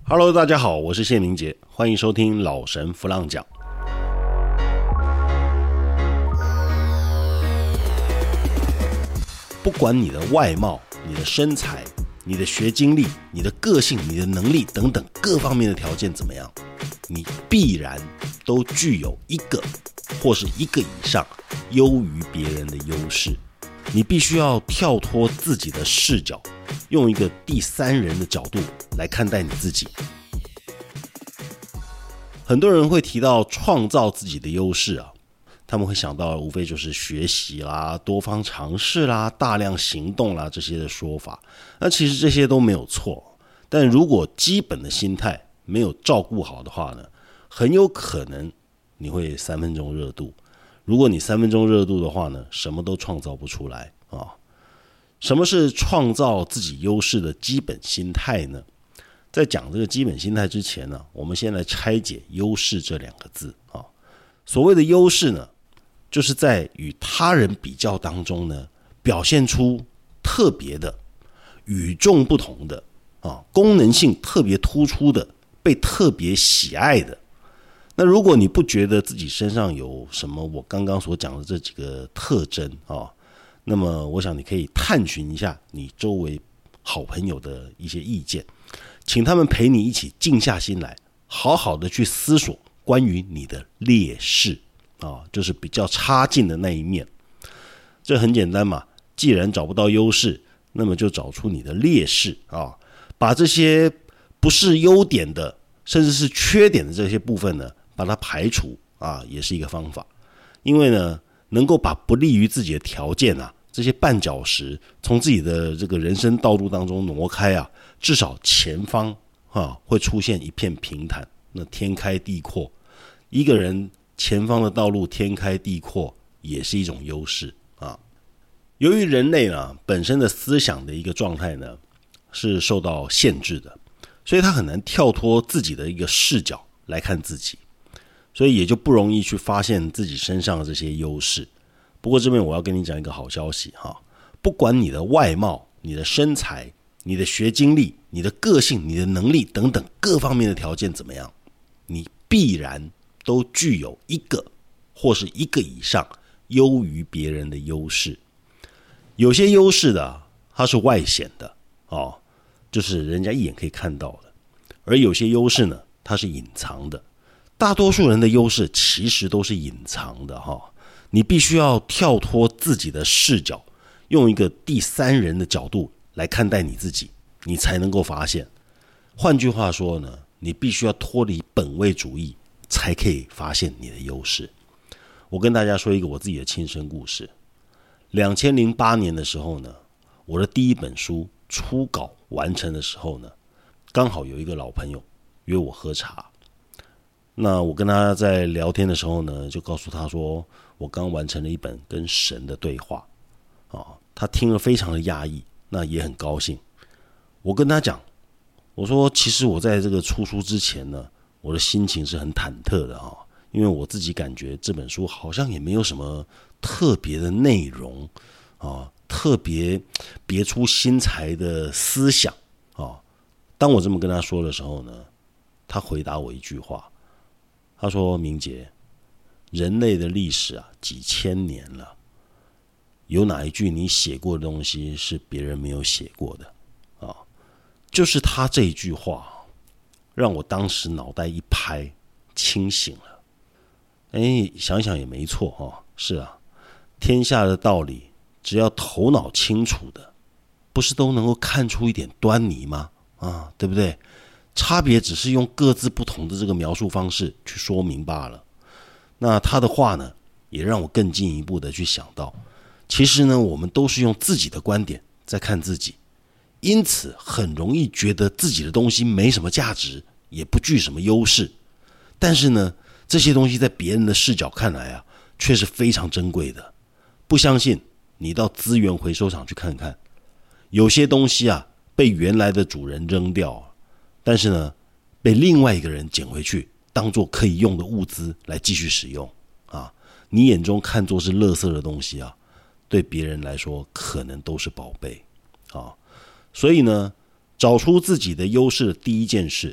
Hello， 大家好，我是谢明杰，欢迎收听老神弗浪讲。不管你的外貌、你的身材、你的学经历、你的个性、你的能力等等各方面的条件怎么样，你必然都具有一个或是一个以上优于别人的优势。你必须要跳脱自己的视角，用一个第三人的角度来看待你自己。很多人会提到创造自己的优势啊，他们会想到无非就是学习啦、多方尝试啦、大量行动啦这些的说法。那其实这些都没有错，但如果基本的心态没有照顾好的话呢，很有可能你会3分钟热度。如果你3分钟热度的话呢，什么都创造不出来啊。什么是创造自己优势的基本心态呢？在讲这个基本心态之前呢，我们先来拆解优势这2个字啊。所谓的优势呢，就是在与他人比较当中呢，表现出特别的、与众不同的啊，功能性特别突出的、被特别喜爱的。那如果你不觉得自己身上有什么我刚刚所讲的这几个特征啊，那么我想你可以探寻一下你周围好朋友的一些意见，请他们陪你一起静下心来，好好的去思索关于你的劣势啊，就是比较差劲的那一面。这很简单嘛，既然找不到优势，那么就找出你的劣势啊，把这些不是优点的，甚至是缺点的这些部分呢，把它排除啊，也是一个方法。因为呢，能够把不利于自己的条件啊，这些绊脚石从自己的这个人生道路当中挪开啊，至少前方会出现一片平坦，那天开地阔。一个人前方的道路天开地阔，也是一种优势啊。由于人类呢本身的思想的一个状态呢是受到限制的，所以他很难跳脱自己的一个视角来看自己，所以也就不容易去发现自己身上的这些优势。不过这边我要跟你讲一个好消息哈，不管你的外貌、你的身材、你的学经历、你的个性、你的能力等等各方面的条件怎么样，你必然都具有一个或是一个以上优于别人的优势。有些优势的它是外显的哦，就是人家一眼可以看到的，而有些优势呢，它是隐藏的。大多数人的优势其实都是隐藏的哈，你必须要跳脱自己的视角，用一个第三人的角度来看待你自己，你才能够发现。换句话说呢，你必须要脱离本位主义，才可以发现你的优势。我跟大家说一个我自己的亲身故事。2008年的时候呢，我的第一本书初稿完成的时候呢，刚好有一个老朋友约我喝茶。那我跟他在聊天的时候呢，就告诉他说，我刚完成了一本跟神的对话啊，他听了非常的讶异，那也很高兴。我跟他讲，我说其实我在这个出书之前呢，我的心情是很忐忑的啊，因为我自己感觉这本书好像也没有什么特别的内容啊，特别别出心裁的思想啊。当我这么跟他说的时候呢，他回答我一句话，他说：明杰，人类的历史啊，几千年了，有哪一句你写过的东西是别人没有写过的啊？就是他这一句话，让我当时脑袋一拍，清醒了。想想也没错哈，是啊，天下的道理，只要头脑清楚的，不是都能够看出一点端倪吗？啊，对不对？差别只是用各自不同的这个描述方式去说明罢了。那他的话呢，也让我更进一步的去想到，其实呢，我们都是用自己的观点在看自己，因此很容易觉得自己的东西没什么价值，也不具什么优势。但是呢，这些东西在别人的视角看来啊，却是非常珍贵的。不相信，你到资源回收厂去看看，有些东西啊，被原来的主人扔掉，但是呢，被另外一个人捡回去，当作可以用的物资来继续使用啊。你眼中看作是垃圾的东西啊，对别人来说可能都是宝贝啊。所以呢，找出自己的优势的第一件事，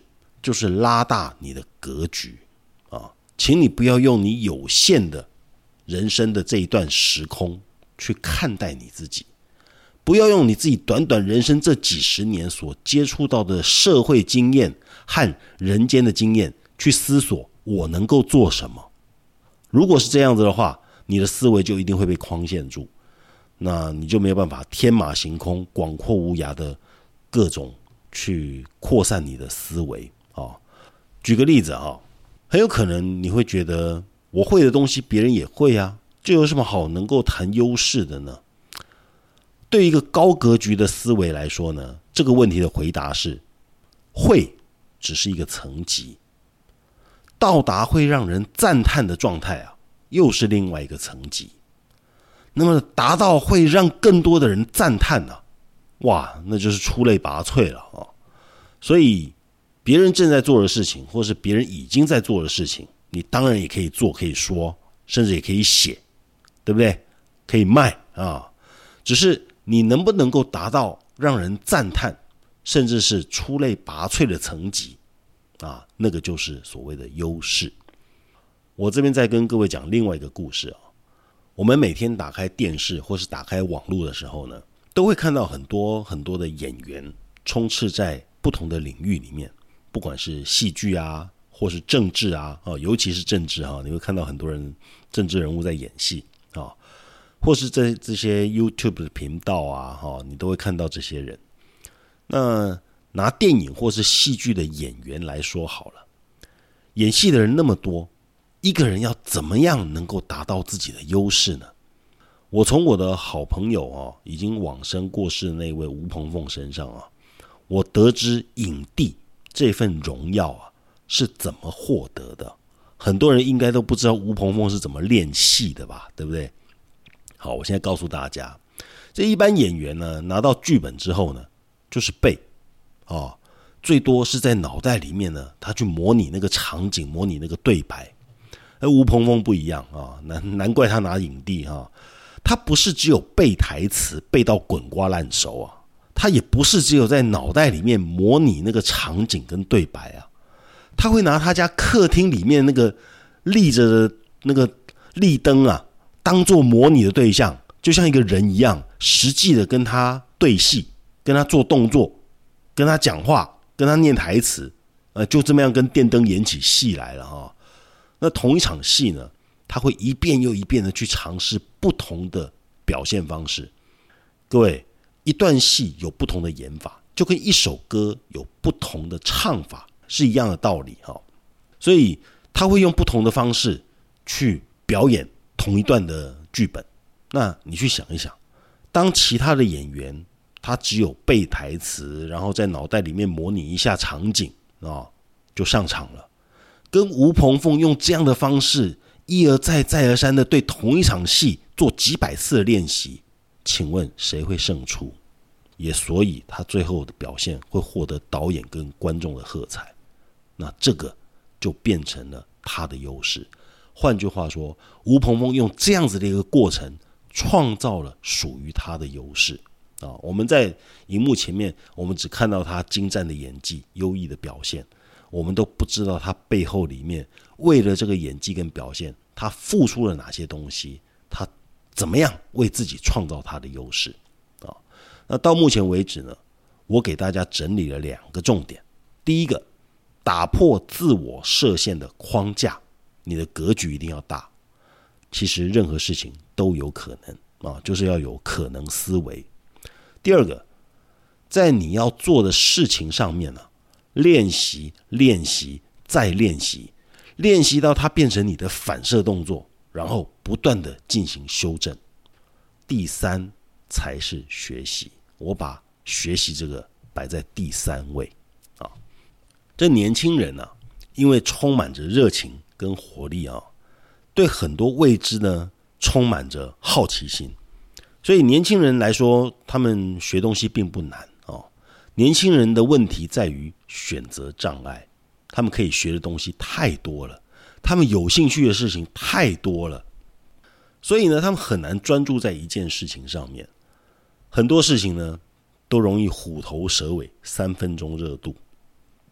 就是拉大你的格局啊，请你不要用你有限的人生的这一段时空去看待你自己，不要用你自己短短人生这几十年所接触到的社会经验和人间的经验去思索我能够做什么。如果是这样子的话，你的思维就一定会被框限住，那你就没有办法天马行空、广阔无涯的各种去扩散你的思维。举个例子，很有可能你会觉得我会的东西别人也会啊，这有什么好能够谈优势的呢？对于一个高格局的思维来说呢，这个问题的回答是，会只是一个层级，到达会让人赞叹的状态啊，又是另外一个层级。那么达到会让更多的人赞叹啊，哇，那就是出类拔萃了啊！所以别人正在做的事情，或是别人已经在做的事情，你当然也可以做，可以说，甚至也可以写，对不对？可以卖啊，只是你能不能够达到让人赞叹，甚至是出类拔萃的层级啊，那个就是所谓的优势。我这边再跟各位讲另外一个故事啊，我们每天打开电视或是打开网络的时候呢，都会看到很多很多的演员充斥在不同的领域里面，不管是戏剧啊，或是政治啊，尤其是政治啊，你会看到很多人政治人物在演戏啊，或是在这些 YouTube 的频道啊，你都会看到这些人。那拿电影或是戏剧的演员来说好了，演戏的人那么多，一个人要怎么样能够达到自己的优势呢？我从我的好朋友已经往生过世的那位吴鹏凤身上啊，我得知影帝这份荣耀啊是怎么获得的。很多人应该都不知道吴鹏凤是怎么练戏的吧，对不对？好，我现在告诉大家，这一般演员呢，拿到剧本之后呢，就是背最多是在脑袋里面呢，他去模拟那个场景，模拟那个对白。而吴鹏凤不一样啊，难怪他拿影帝啊。他不是只有背台词背到滚瓜烂熟啊，他也不是只有在脑袋里面模拟那个场景跟对白啊，他会拿他家客厅里面那个立着的那个立灯啊，当做模拟的对象，就像一个人一样，实际的跟他对戏，跟他做动作，跟他讲话，跟他念台词，就这么样跟电灯演起戏来了哈。那同一场戏呢，他会一遍又一遍的去尝试不同的表现方式。各位，一段戏有不同的演法，就跟一首歌有不同的唱法是一样的道理哈。所以他会用不同的方式去表演同一段的剧本。那你去想一想，当其他的演员他只有背台词，然后在脑袋里面模拟一下场景就上场了，跟吴鹏凤用这样的方式一而再再而三的对同一场戏做几百次的练习，请问谁会胜出？也所以他最后的表现会获得导演跟观众的喝彩，那这个就变成了他的优势。换句话说，吴鹏凤用这样子的一个过程创造了属于他的优势我们在荧幕前面，我们只看到他精湛的演技、优异的表现，我们都不知道他背后里面为了这个演技跟表现，他付出了哪些东西，他怎么样为自己创造他的优势那到目前为止呢，我给大家整理了2个重点。第一个，打破自我设限的框架，你的格局一定要大。其实任何事情都有可能就是要有可能思维。第二个，在你要做的事情上面呢，练习练习再练习，练习到它变成你的反射动作，然后不断的进行修正。第3才是学习，我把学习这个摆在第3位这年轻人因为充满着热情跟活力对很多未知呢充满着好奇心，所以年轻人来说，他们学东西并不难年轻人的问题在于选择障碍，他们可以学的东西太多了，他们有兴趣的事情太多了，所以呢，他们很难专注在一件事情上面。很多事情呢，都容易虎头蛇尾，3分钟热度。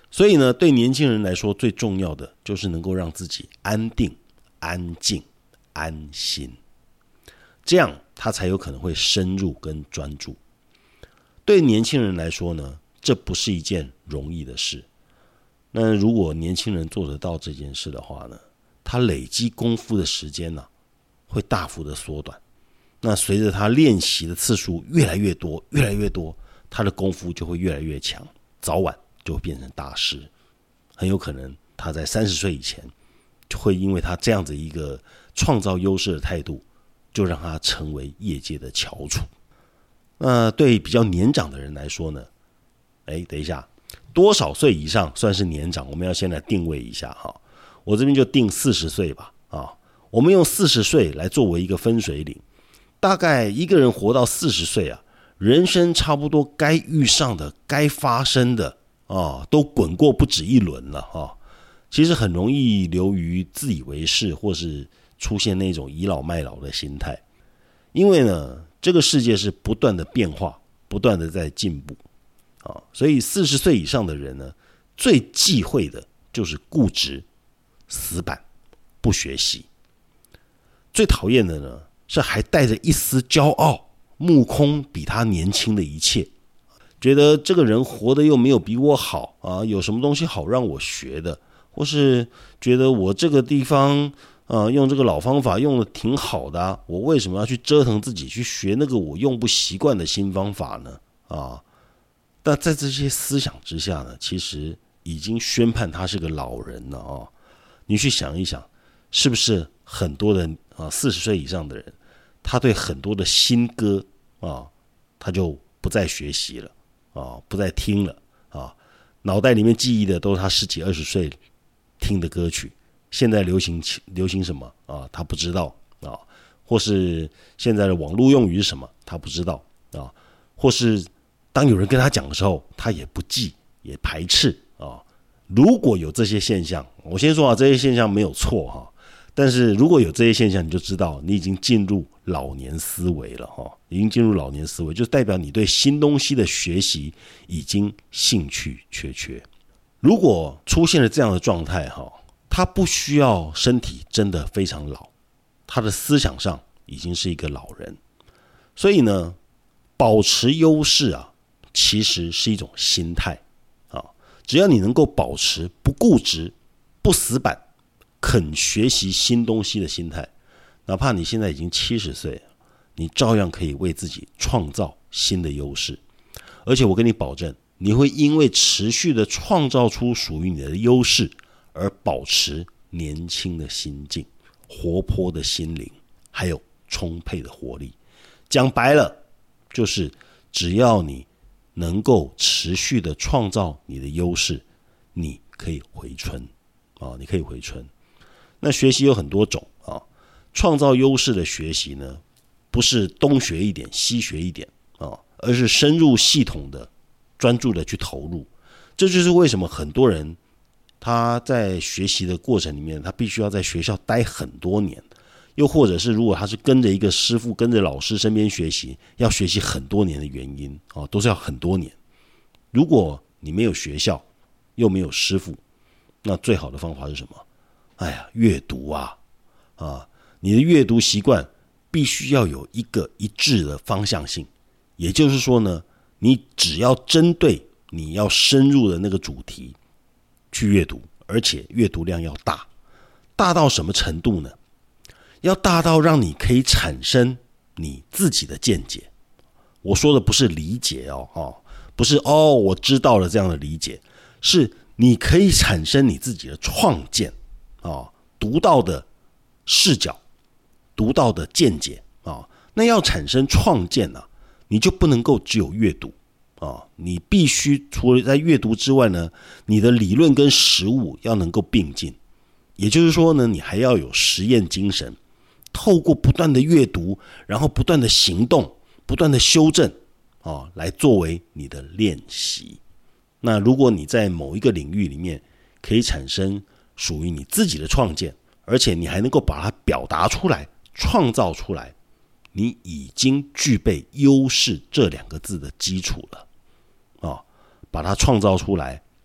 所以呢，对年轻人来说，最重要的就是能够让自己安定、安静、安心，这样他才有可能会深入跟专注。对年轻人来说呢，这不是一件容易的事。那如果年轻人做得到这件事的话呢，他累积功夫的时间呢，会大幅的缩短。那随着他练习的次数越来越多，越来越多，他的功夫就会越来越强，早晚就会变成大师。很有可能他在30岁以前，就会因为他这样子一个创造优势的态度，就让他成为业界的翘楚。那对比较年长的人来说呢，等一下，多少岁以上算是年长？我们要先来定位一下哈。我这边就定40岁吧，我们用40岁来作为一个分水岭。大概一个人活到40岁啊，人生差不多该遇上的、该发生的都滚过不止一轮了其实很容易流于自以为是，或是出现那种倚老卖老的心态。因为呢，这个世界是不断的变化，不断的在进步所以40岁以上的人呢，最忌讳的就是固执、死板、不学习。最讨厌的呢，是还带着一丝骄傲，目空比他年轻的一切，觉得这个人活得又没有比我好有什么东西好让我学的，或是觉得我这个地方用这个老方法用的挺好的我为什么要去折腾自己去学那个我用不习惯的新方法呢但在这些思想之下呢，其实已经宣判他是个老人了你去想一想，是不是很多人40岁以上的人，他对很多的新歌他就不再学习了不再听了脑袋里面记忆的都是他10几20岁听的歌曲，现在流行什么他不知道或是现在的网络用语是什么他不知道或是当有人跟他讲的时候，他也不记，也排斥如果有这些现象，我先说这些现象没有错但是如果有这些现象，你就知道你已经进入老年思维了已经进入老年思维，就代表你对新东西的学习已经兴趣缺缺。如果出现了这样的状态他不需要身体真的非常老，他的思想上已经是一个老人。所以呢，保持优势其实是一种心态只要你能够保持不固执、不死板、肯学习新东西的心态，哪怕你现在已经70岁，你照样可以为自己创造新的优势。而且我跟你保证，你会因为持续的创造出属于你的优势，而保持年轻的心境、活泼的心灵，还有充沛的活力。讲白了，就是只要你能够持续的创造你的优势，你可以回春你可以回春。那学习有很多种创造优势的学习呢，不是东学一点西学一点而是深入系统的专注的去投入。这就是为什么很多人他在学习的过程里面，他必须要在学校待很多年，又或者是如果他是跟着一个师傅跟着老师身边学习，要学习很多年的原因都是要很多年。如果你没有学校又没有师傅，那最好的方法是什么？阅读你的阅读习惯必须要有一个一致的方向性。也就是说呢，你只要针对你要深入的那个主题去阅读，而且阅读量要大。大到什么程度呢？要大到让你可以产生你自己的见解。我说的不是理解不是我知道了这样的理解，是你可以产生你自己的创见独到的视角、独到的见解那要产生创见你就不能够只有阅读你必须除了在阅读之外呢，你的理论跟实务要能够并进。也就是说呢，你还要有实验精神，透过不断的阅读，然后不断的行动，不断的修正来作为你的练习。那如果你在某一个领域里面可以产生属于你自己的创见，而且你还能够把它表达出来、创造出来，你已经具备优势这2个字的基础了把它创造出来，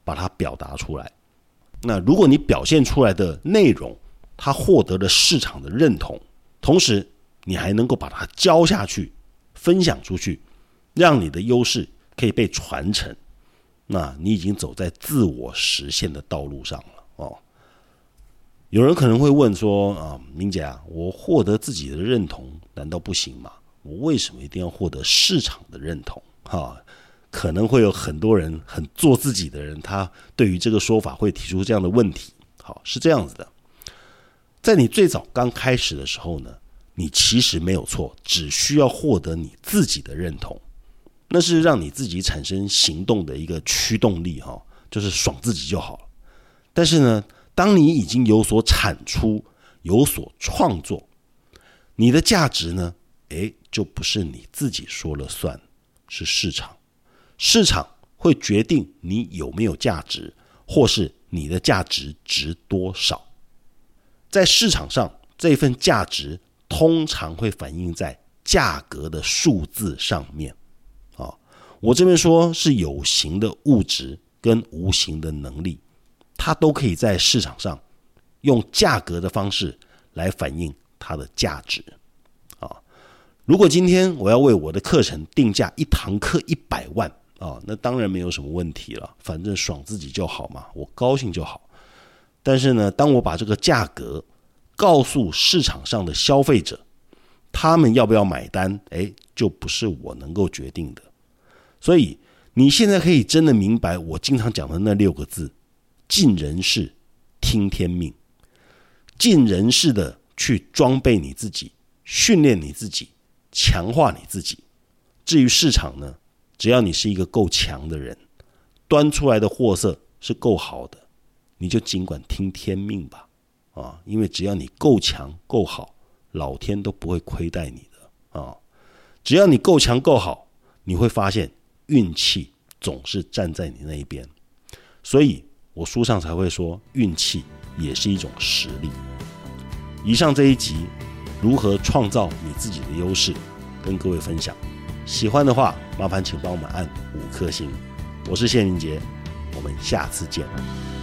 把它表达出来。那如果你表现出来的内容，它获得了市场的认同，同时你还能够把它教下去、分享出去，让你的优势可以被传承，那你已经走在自我实现的道路上了哦。有人可能会问说明姐啊，我获得自己的认同难道不行吗？我为什么一定要获得市场的认同？可能会有很多人很做自己的人，他对于这个说法会提出这样的问题。好，是这样子的，在你最早刚开始的时候呢，你其实没有错，只需要获得你自己的认同，那是让你自己产生行动的一个驱动力，就是爽自己就好了。但是呢，当你已经有所产出、有所创作，你的价值呢，就不是你自己说了算，是市场。市场会决定你有没有价值，或是你的价值值多少。在市场上，这份价值通常会反映在价格的数字上面。我这边说是有形的物质跟无形的能力，它都可以在市场上用价格的方式来反映它的价值。如果今天我要为我的课程定价一堂课100万，那当然没有什么问题了，反正爽自己就好嘛，我高兴就好。但是呢，当我把这个价格告诉市场上的消费者，他们要不要买单，就不是我能够决定的。所以你现在可以真的明白我经常讲的那6个字：尽人事，听天命。尽人事的去装备你自己，训练你自己，强化你自己。至于市场呢，只要你是一个够强的人，端出来的货色是够好的，你就尽管听天命吧。因为只要你够强够好，老天都不会亏待你的。只要你够强够好，你会发现运气总是站在你那一边。所以我书上才会说，运气也是一种实力。以上这一集如何创造你自己的优势，跟各位分享。喜欢的话，麻烦请帮我们按5颗星。我是谢明杰，我们下次见。